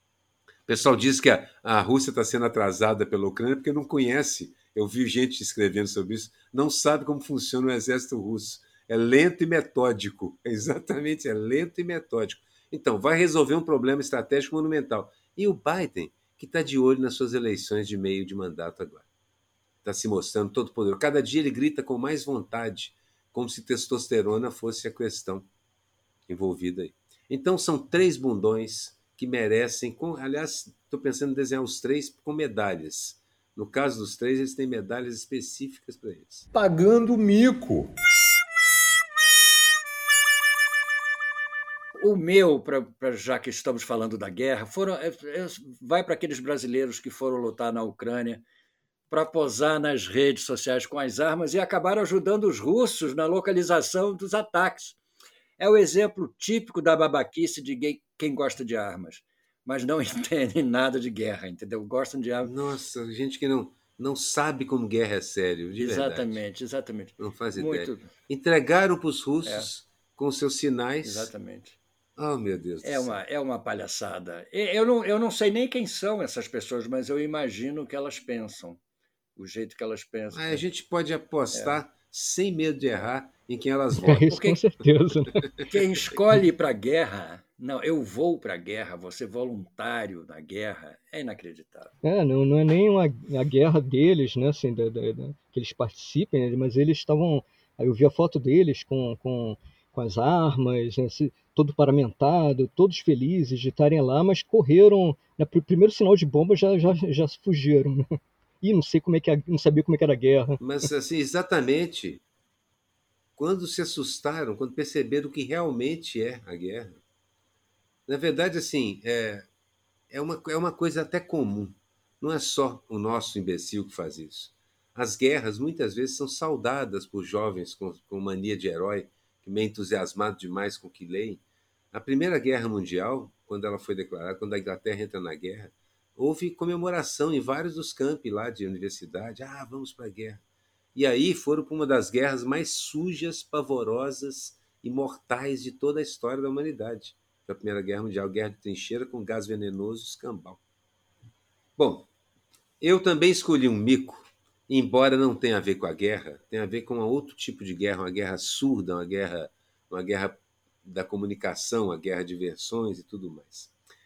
B: O pessoal diz que a Rússia está sendo atrasada pela Ucrânia porque não conhece, eu vi gente escrevendo sobre isso, não sabe como funciona o exército russo. É lento e metódico, exatamente, é lento e metódico. Então, vai resolver um problema estratégico monumental. E o Biden, que está de olho nas suas eleições de meio de mandato agora. Está se mostrando todo poderoso. Cada dia ele grita com mais vontade, como se testosterona fosse a questão envolvida aí. Então, são 3 bundões que merecem... Aliás, estou pensando em desenhar os 3 com medalhas. No caso dos 3, eles têm medalhas específicas para eles.
A: Pagando mico.
C: O meu, já que estamos falando da guerra, vai para aqueles brasileiros que foram lutar na Ucrânia para posar nas redes sociais com as armas e acabaram ajudando os russos na localização dos ataques. É o exemplo típico da babaquice de quem gosta de armas, mas não entende nada de guerra, entendeu? Gostam de armas.
B: Nossa, gente que não sabe como guerra é sério, de verdade.
C: Exatamente.
B: Não faz ideia. Entregaram para os russos com seus sinais.
C: Exatamente.
B: Oh, meu Deus do céu.
C: É uma palhaçada. Eu não sei nem quem são essas pessoas, mas eu imagino o que elas pensam, o jeito que elas pensam.
B: A gente pode apostar sem medo de errar em quem elas votam.
D: Isso com certeza. Né?
C: Quem escolhe ir para a guerra, não, eu vou para a guerra, vou ser voluntário na guerra, é inacreditável.
D: Não é nem a guerra deles, né, assim, que eles participem, né, mas eles estavam... Eu vi a foto deles com as armas, né, assim, todo paramentado, todos felizes de estarem lá, mas correram, né, pro primeiro sinal de bomba já fugiram, né? E não sabia como é que era a guerra.
B: Mas, assim, exatamente, quando se assustaram, quando perceberam o que realmente é a guerra, na verdade, assim, é uma coisa até comum. Não é só o nosso imbecil que faz isso. As guerras, muitas vezes, são saudadas por jovens com mania de herói, que meio entusiasmados demais com o que leem. A Primeira Guerra Mundial, quando ela foi declarada, quando a Inglaterra entra na guerra, houve comemoração em vários dos campi lá de universidade. Vamos para a guerra. E aí foram para uma das guerras mais sujas, pavorosas e mortais de toda a história da humanidade. Foi a Primeira Guerra Mundial, guerra de trincheira com gás venenoso e escambau. Bom, eu também escolhi um mico, embora não tenha a ver com a guerra, tem a ver com um outro tipo de guerra, uma guerra surda, uma guerra da comunicação, uma guerra de versões e tudo mais.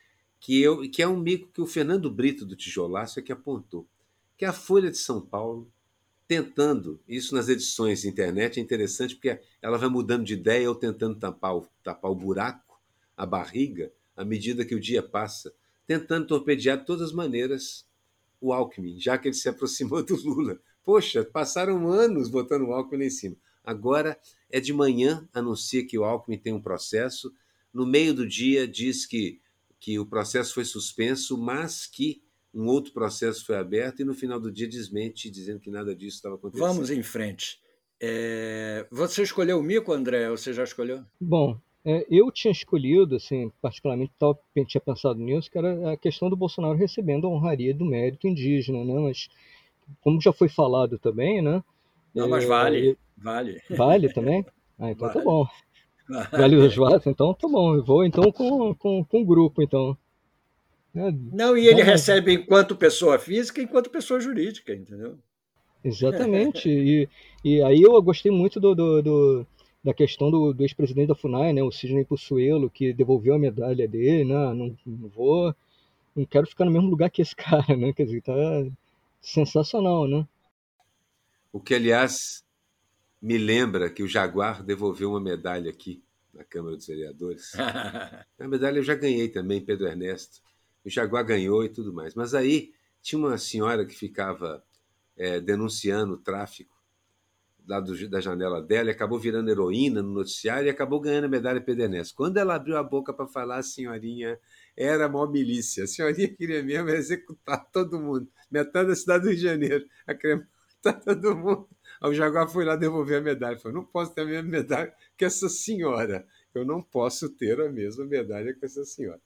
B: que é um mico que o Fernando Brito do Tijolaço é que apontou, que a Folha de São Paulo tentando, isso nas edições de internet é interessante porque ela vai mudando de ideia ou tentando tapar o buraco, a barriga, à medida que o dia passa, tentando torpedear de todas as maneiras o Alckmin, já que ele se aproximou do Lula. Poxa, passaram anos botando o Alckmin lá em cima. Agora é de manhã, anuncia que o Alckmin tem um processo, no meio do dia diz que o processo foi suspenso, mas que um outro processo foi aberto, e no final do dia desmente, dizendo que nada disso estava acontecendo.
C: Vamos em frente. Você escolheu o mico, André? Ou você já escolheu?
D: Bom, eu tinha escolhido, assim, particularmente, tinha pensado nisso, que era a questão do Bolsonaro recebendo a honraria do mérito indígena, né? Mas, como já foi falado também, né?
C: Não, mas vale. Vale.
D: Vale também? Ah, então
C: Vale.
D: tá bom. Vale os votos? Então tá bom. Eu vou então com o grupo, então.
C: Não, e ele recebe enquanto pessoa física e enquanto pessoa jurídica, entendeu?
D: Exatamente. E aí eu gostei muito da questão do ex-presidente da FUNAI, né, o Sidney Possuelo, que devolveu a medalha dele, né, não quero ficar no mesmo lugar que esse cara, né, quer dizer, tá sensacional, né.
B: O que, aliás, me lembra que o Jaguar devolveu uma medalha aqui na Câmara dos Vereadores. A medalha eu já ganhei também, Pedro Ernesto. O Jaguar ganhou e tudo mais. Mas aí tinha uma senhora que ficava denunciando o tráfico lá da janela dela e acabou virando heroína no noticiário e acabou ganhando a medalha Pedro Ernesto. Quando ela abriu a boca para falar, a senhorinha era a maior milícia. A senhorinha queria mesmo executar todo mundo. Metade da cidade do Rio de Janeiro. A crema todo mundo. O Jaguar foi lá devolver a medalha. Falou, não posso ter a mesma medalha que essa senhora. Eu não posso ter a mesma medalha que essa senhora.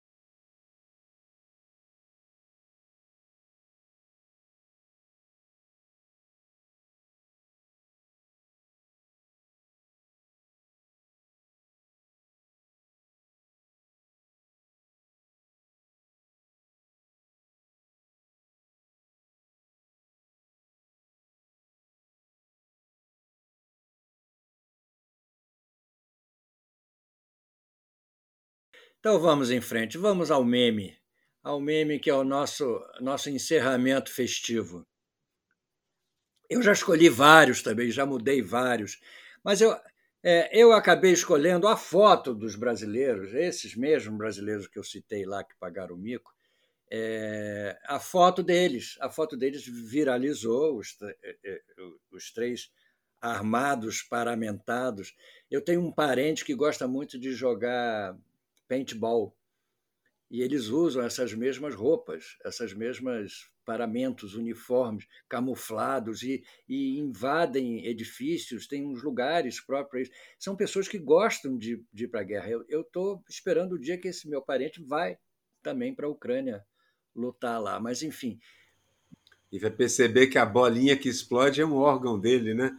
C: Então vamos em frente, vamos ao meme que é o nosso encerramento festivo. Eu já escolhi vários também, já mudei vários, mas eu acabei escolhendo a foto dos brasileiros, esses mesmos brasileiros que eu citei lá, que pagaram o mico, a foto deles viralizou, os três armados, paramentados. Eu tenho um parente que gosta muito de jogar paintball, e eles usam essas mesmas roupas, essas mesmas paramentos, uniformes, camuflados, e invadem edifícios, tem uns lugares próprios. São pessoas que gostam de ir para a guerra. Eu estou esperando o dia que esse meu parente vai também para a Ucrânia lutar lá, mas enfim.
B: E vai perceber que a bolinha que explode é um órgão dele, né?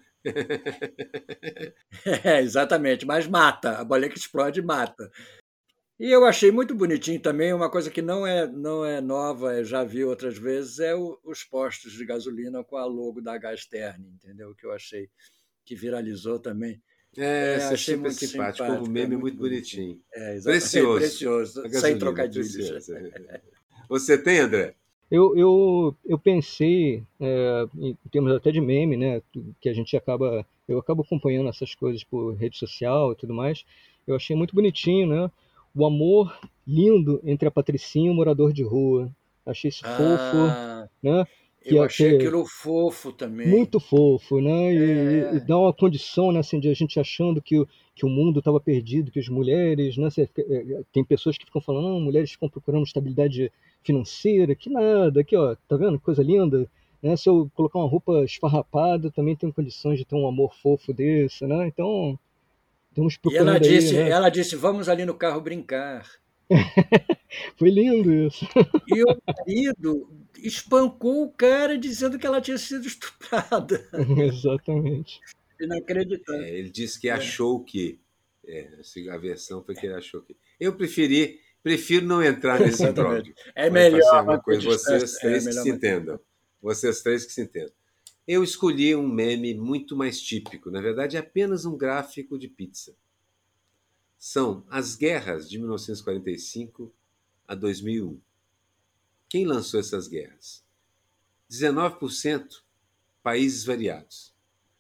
C: Exatamente, mas mata, a bolinha que explode mata. E eu achei muito bonitinho também, uma coisa que não é nova, eu já vi outras vezes, os postos de gasolina com a logo da Gastern, entendeu? Que eu achei que viralizou também.
B: Essa
C: achei
B: super
C: muito
B: simpático, como meme é muito bonitinho.
C: Precioso.
B: Precioso.
C: Sem trocadilhos.
B: Precioso. Você tem, André?
D: Eu pensei, em termos até de meme, né, que eu acabo acompanhando essas coisas por rede social e tudo mais. Eu achei muito bonitinho, né? O amor lindo entre a Patricinha e o morador de rua. Achei isso fofo, né?
C: Eu achei aquilo fofo também.
D: Muito fofo, né? E dá uma condição, né, assim, de a gente achando que o mundo estava perdido, que as mulheres, né? Tem pessoas que ficam falando, não, mulheres ficam procurando estabilidade financeira, que nada, aqui, ó, tá vendo? Coisa linda. Né? Se eu colocar uma roupa esfarrapada, também tenho condições de ter um amor fofo desse, né? Então, estamos procurando
C: ela disse, vamos ali no carro brincar.
D: Foi lindo isso.
C: E o marido espancou o cara dizendo que ela tinha sido estuprada.
D: Exatamente.
C: Inacreditável.
B: Ele disse que achou que... a versão foi que ele achou que... Eu prefiro não entrar nesse imbróglio.
C: É melhor
B: uma coisa, vocês três que se entendam. Vocês três que se entendam. Eu escolhi um meme muito mais típico. Na verdade, é apenas um gráfico de pizza. São as guerras de 1945 a 2001. Quem lançou essas guerras? 19% países variados.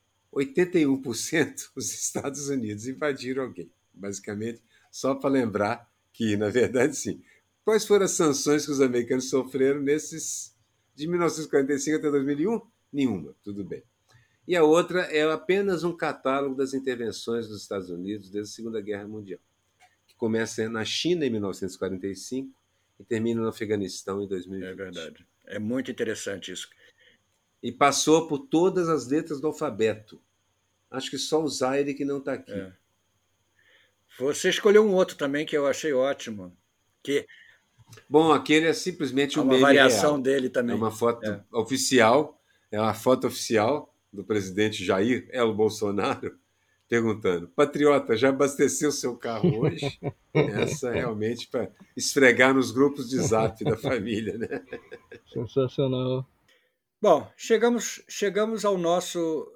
B: 81% os Estados Unidos invadiram alguém. Basicamente, só para lembrar que, na verdade, sim. Quais foram as sanções que os americanos sofreram nesses de 1945 até 2001? Nenhuma, tudo bem. E a outra é apenas um catálogo das intervenções dos Estados Unidos desde a Segunda Guerra Mundial, que começa na China em 1945 e termina no Afeganistão em 2020.
C: É verdade. É muito interessante isso.
B: E passou por todas as letras do alfabeto. Acho que só o Zaire que não está aqui.
C: É. Você escolheu um outro também que eu achei ótimo.
B: Bom, aquele é simplesmente um
C: uma
B: meme
C: variação
B: real.
C: dele também.
B: É uma foto oficial, é uma foto oficial do presidente Jair El Bolsonaro, perguntando: patriota, já abasteceu seu carro hoje? Essa realmente para esfregar nos grupos de zap da família, né?
D: Sensacional.
C: Bom, chegamos ao nosso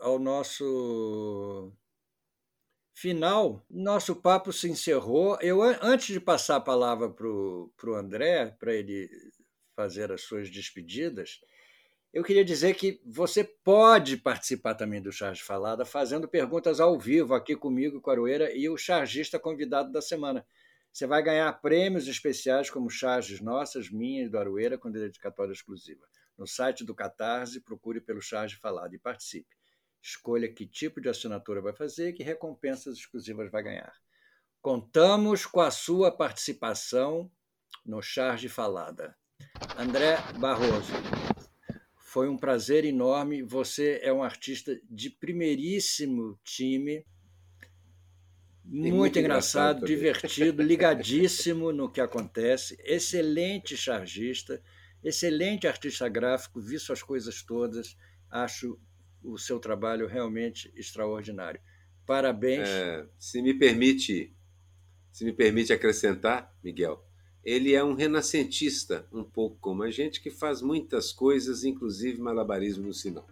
C: final. Nosso papo se encerrou. Eu, antes de passar a palavra para o André, para ele fazer as suas despedidas, eu queria dizer que você pode participar também do Charge Falada fazendo perguntas ao vivo aqui comigo, com a Aroeira, e o chargista convidado da semana. Você vai ganhar prêmios especiais como charges nossas, minhas, do Aroeira, com dedicatória exclusiva. No site do Catarse, procure pelo Charge Falada e participe. Escolha que tipo de assinatura vai fazer e que recompensas exclusivas vai ganhar. Contamos com a sua participação no Charge Falada. André Barroso, foi um prazer enorme. Você é um artista de primeiríssimo time, muito engraçado, divertido, ligadíssimo no que acontece, excelente chargista, excelente artista gráfico, vi suas coisas todas, acho o seu trabalho realmente extraordinário. Parabéns.
B: Se me permite acrescentar, Miguel, ele é um renascentista, um pouco como a gente, que faz muitas coisas, inclusive malabarismo no sinal.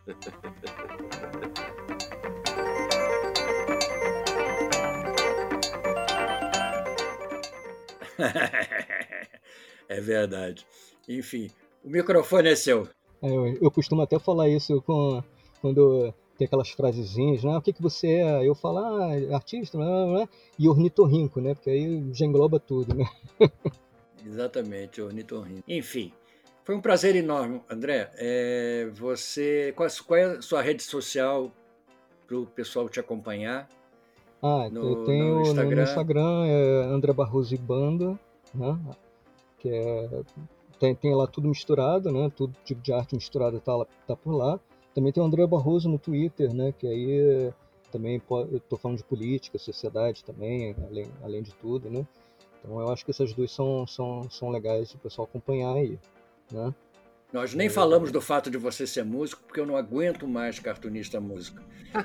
C: É verdade. Enfim, o microfone é seu.
D: Eu costumo até falar isso quando tem aquelas frasezinhas, né? O que você é? Eu falo, artista, blá, blá, blá, e ornitorrinco, né? Porque aí já engloba tudo, né?
C: Exatamente, ornitorrinco. Enfim, foi um prazer enorme, André. Qual é a sua rede social para o pessoal te acompanhar?
D: Eu tenho no Instagram André Barroso e Banda, né? Que tem lá tudo misturado, né? Todo tipo de arte misturada tá por lá. Também tem o André Barroso no Twitter, né? Que aí também eu estou falando de política, sociedade também, além de tudo, né? Então eu acho que essas duas são legais o pessoal acompanhar aí, né?
C: Nós nem falamos do fato de você ser músico, porque eu não aguento mais cartunista músico.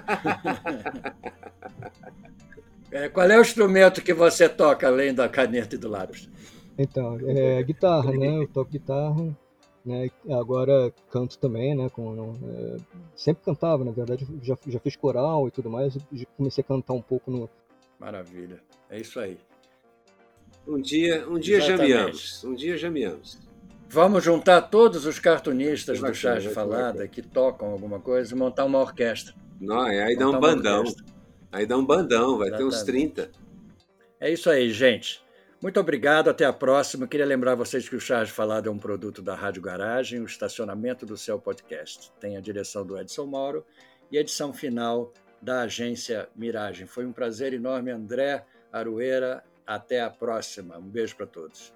C: Qual é o instrumento que você toca além da caneta e do lápis?
D: Então, guitarra, né? Eu toco guitarra, né? Agora canto também, né? Sempre cantava, na verdade, já fiz coral e tudo mais, e comecei a cantar um pouco no...
C: Maravilha, é isso aí.
B: Um dia jameamos.
C: Vamos juntar todos os cartunistas do Charge Falada que tocam alguma coisa e montar uma orquestra.
B: Não, aí dá um bandão. Aí dá um bandão, vai ter uns 30.
C: É isso aí, gente. Muito obrigado, até a próxima. Queria lembrar vocês que o Charge Falada é um produto da Rádio Garagem, o Estacionamento do Céu Podcast. Tem a direção do Edson Mauro e a edição final da agência Miragem. Foi um prazer enorme, André Aroeira. Até a próxima. Um beijo para todos.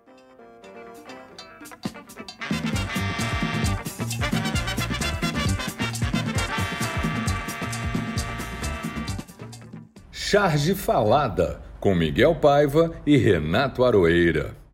A: Charge Falada, com Miguel Paiva e Renato Aroeira.